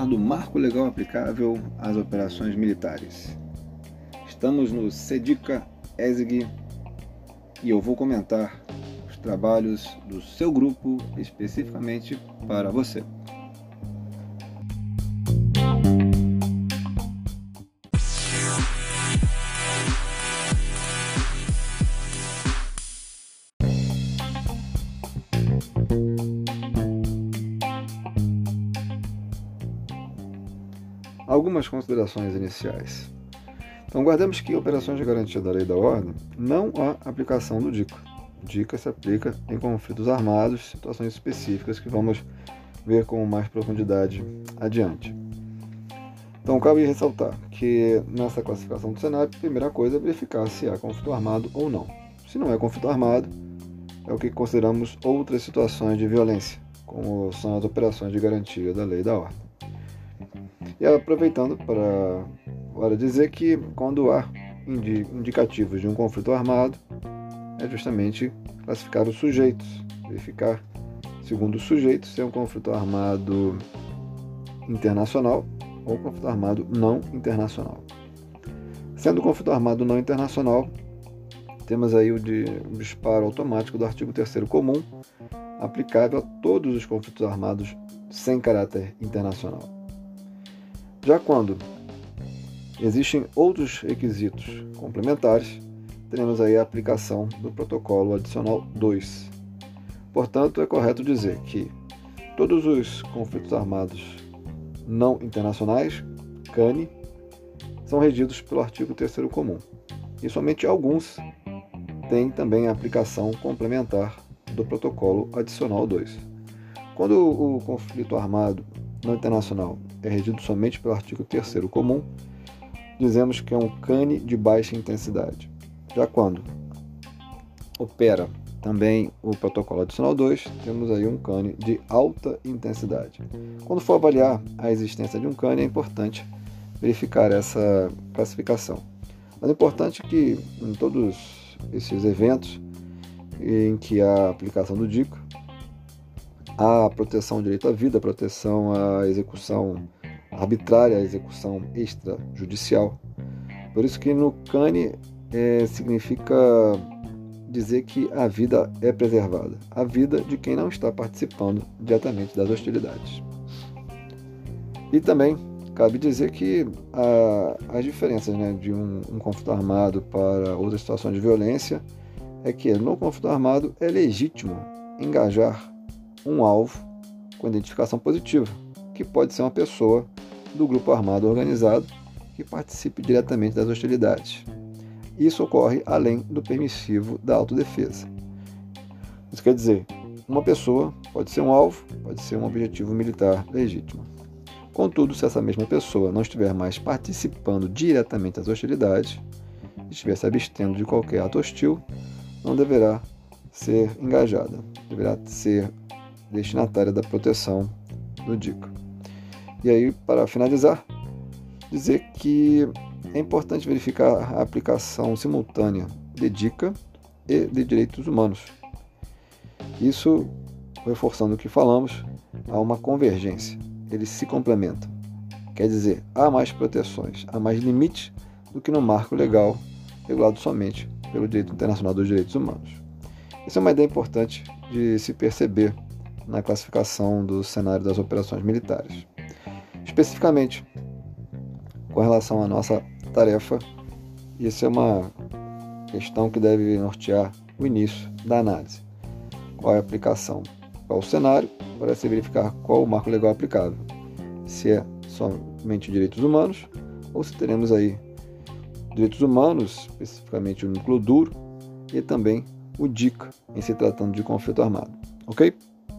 do Marco Legal aplicável às operações militares. Estamos no CEDICA ESG e eu vou comentar os trabalhos do seu grupo especificamente para você. Algumas considerações iniciais. Então, guardemos que operações de garantia da lei e da ordem não há aplicação do DICA. O DICA se aplica em conflitos armados, situações específicas que vamos ver com mais profundidade adiante. Então, cabe ressaltar que nessa classificação do cenário, a primeira coisa é verificar se há conflito armado ou não. Se não é conflito armado, é o que consideramos outras situações de violência, como são as operações de garantia da lei e da ordem. E aproveitando para dizer que quando há indicativos de um conflito armado, é justamente classificar os sujeitos, verificar, segundo os sujeitos, se é um conflito armado internacional ou conflito armado não internacional. Sendo conflito armado não internacional, temos aí o disparo automático do artigo 3º comum, aplicável a todos os conflitos armados sem caráter internacional. Já quando existem outros requisitos complementares, teremos aí a aplicação do protocolo adicional 2. Portanto, é correto dizer que todos os conflitos armados não internacionais, CANI, são regidos pelo artigo 3º comum. E somente alguns têm também a aplicação complementar do protocolo adicional 2. Quando o conflito armado não internacional é regido somente pelo artigo 3º comum, dizemos que é um CANI de baixa intensidade. Já quando opera também o protocolo adicional 2, temos aí um CANI de alta intensidade. Quando for avaliar a existência de um CANI, é importante verificar essa classificação. Mas é importante que em todos esses eventos em que há aplicação do DICA, há proteção ao direito à vida, proteção à execução arbitrária, à execução extrajudicial. Por isso que no CANI significa dizer que a vida é preservada, a vida de quem não está participando diretamente das hostilidades. E também cabe dizer que as diferenças, de um conflito armado para outras situações de violência é que no conflito armado é legítimo engajar um alvo com identificação positiva, que pode ser uma pessoa do grupo armado organizado que participe diretamente das hostilidades. Isso ocorre além do permissivo da autodefesa. Isso quer dizer, uma pessoa pode ser um alvo, pode ser um objetivo militar legítimo. Contudo, se essa mesma pessoa não estiver mais participando diretamente das hostilidades, estiver se abstendo de qualquer ato hostil, não deverá ser engajada, deverá ser destinatária da proteção do DICA. E aí, para finalizar, dizer que é importante verificar a aplicação simultânea de DICA e de direitos humanos. Isso, reforçando o que falamos, há uma convergência, eles se complementam. Quer dizer, há mais proteções, há mais limites do que no marco legal regulado somente pelo direito internacional dos direitos humanos. Essa é uma ideia importante de se perceber na classificação do cenário das operações militares. Especificamente, com relação à nossa tarefa, isso é uma questão que deve nortear o início da análise. Qual é a aplicação? Qual o cenário? Para se verificar qual o marco legal aplicável. Se é somente direitos humanos, ou se teremos aí direitos humanos, especificamente o núcleo duro, e também o DICA, em se tratando de conflito armado. Ok?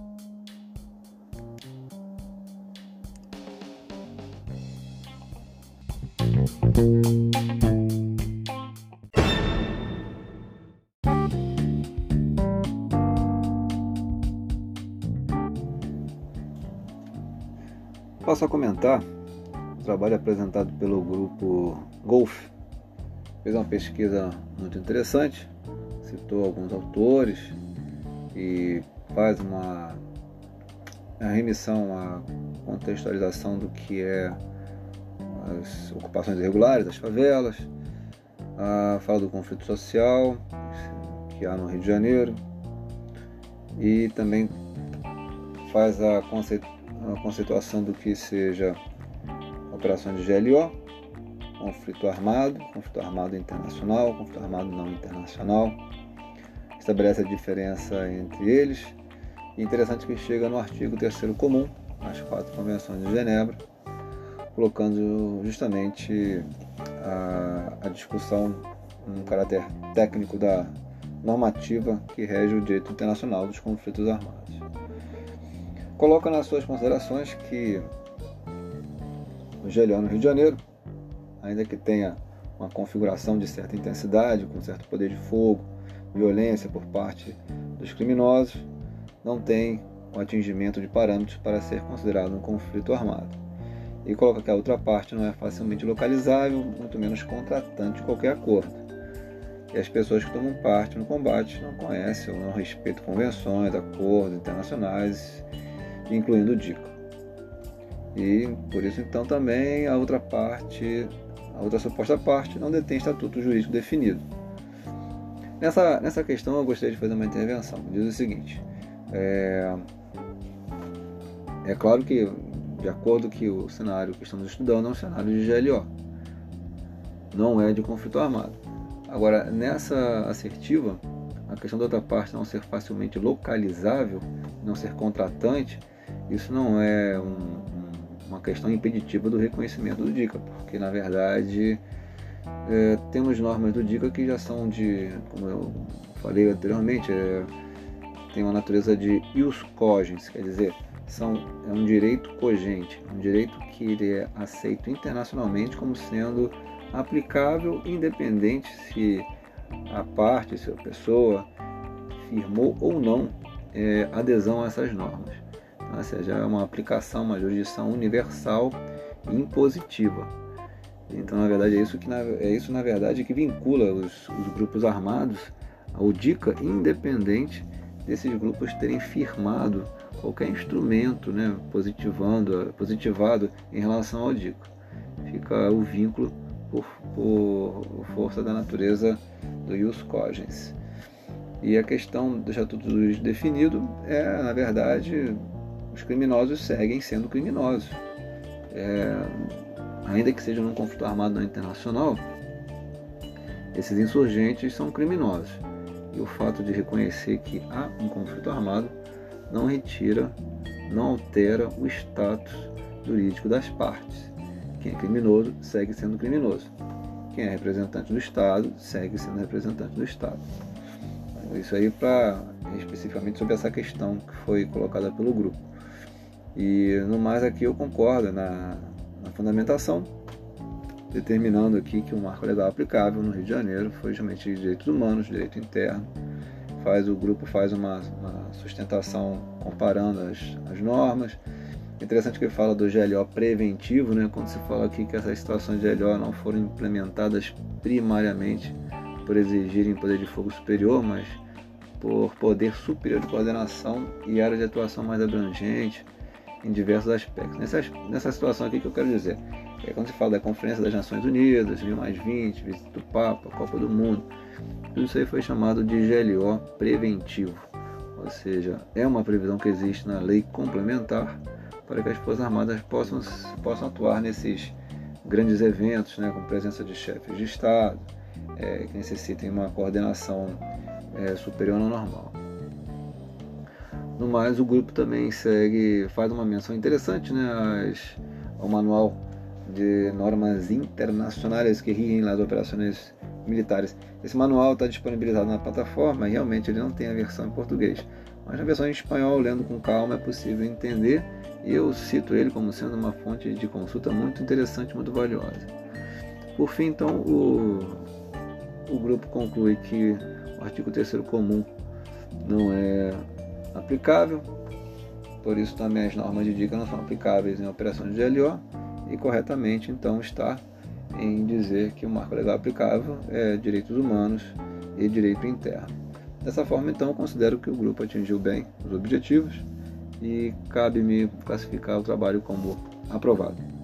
Passo a comentar o trabalho apresentado pelo grupo Golf. Fez uma pesquisa muito interessante, citou alguns autores e faz uma remissão a contextualização do que é as ocupações irregulares, as favelas, fala do conflito social que há no Rio de Janeiro, e também faz a conceituação do que seja operações de GLO, conflito armado internacional, conflito armado não internacional, estabelece a diferença entre eles. E interessante que chega no artigo 3º comum, as 4 convenções de Genebra, colocando justamente a discussão no caráter técnico da normativa que rege o direito internacional dos conflitos armados. Coloca nas suas considerações que o GLO no Rio de Janeiro, ainda que tenha uma configuração de certa intensidade, com certo poder de fogo, violência por parte dos criminosos, não tem o atingimento de parâmetros para ser considerado um conflito armado. E coloca que a outra parte não é facilmente localizável, muito menos contratante de qualquer acordo. E as pessoas que tomam parte no combate não conhecem ou não respeitam convenções, acordos internacionais, incluindo o DICA. E por isso então também a outra suposta parte não detém estatuto jurídico definido. Nessa questão eu gostaria de fazer uma intervenção. Diz o seguinte: é claro que, de acordo que o cenário que estamos estudando é um cenário de GLO, não é de conflito armado. Agora, nessa assertiva, a questão da outra parte não ser facilmente localizável, não ser contratante, isso não é uma questão impeditiva do reconhecimento do DICA, porque na verdade temos normas do DICA que já são como eu falei anteriormente, tem uma natureza de ius cogens, quer dizer, é um direito cogente, um direito que ele é aceito internacionalmente como sendo aplicável, independente se a parte, se a pessoa firmou ou não adesão a essas normas. Então, ou seja, é uma aplicação, uma jurisdição universal e impositiva. Então, na verdade, é isso na verdade que vincula os grupos armados ao DICA, independente desses grupos terem firmado qualquer instrumento, né, positivado em relação ao DICA. Fica o vínculo por força da natureza do ius cogens. E a questão do estatuto jurídico definido na verdade, os criminosos seguem sendo criminosos. Ainda que seja num conflito armado não internacional, esses insurgentes são criminosos. E o fato de reconhecer que há um conflito armado não altera o status jurídico das partes. Quem é criminoso segue sendo criminoso. Quem é representante do Estado segue sendo representante do Estado. Isso aí especificamente sobre essa questão que foi colocada pelo grupo. E no mais aqui eu concordo na fundamentação, determinando aqui que o marco legal aplicável no Rio de Janeiro foi justamente direitos humanos, direito interno. O grupo faz uma sustentação comparando as normas. Interessante que ele fala do GLO preventivo, né? Quando se fala aqui que essas situações de GLO não foram implementadas primariamente por exigirem poder de fogo superior, mas por poder superior de coordenação e área de atuação mais abrangente em diversos aspectos. Nessa situação aqui que eu quero dizer, quando se fala da Conferência das Nações Unidas, 1000+20, visita do Papa, Copa do Mundo, tudo isso aí foi chamado de GLO preventivo, ou seja, é uma previsão que existe na lei complementar para que as Forças Armadas possam atuar nesses grandes eventos, né, com presença de chefes de Estado, que necessitem uma coordenação superior ao normal. No mais, o grupo também faz uma menção interessante, né, ao Manual de Normas Internacionais que rigem as operações militares. Esse manual está disponibilizado na plataforma e realmente ele não tem a versão em português, mas na versão em espanhol, lendo com calma, é possível entender, e eu cito ele como sendo uma fonte de consulta muito interessante, muito valiosa. Por fim, então, o grupo conclui que o artigo 3º comum não é aplicável, por isso também as normas de DICA não são aplicáveis em operações de GLO, e corretamente então está em dizer que o marco legal aplicável é direitos humanos e direito interno. Dessa forma, então, considero que o grupo atingiu bem os objetivos e cabe-me classificar o trabalho como aprovado.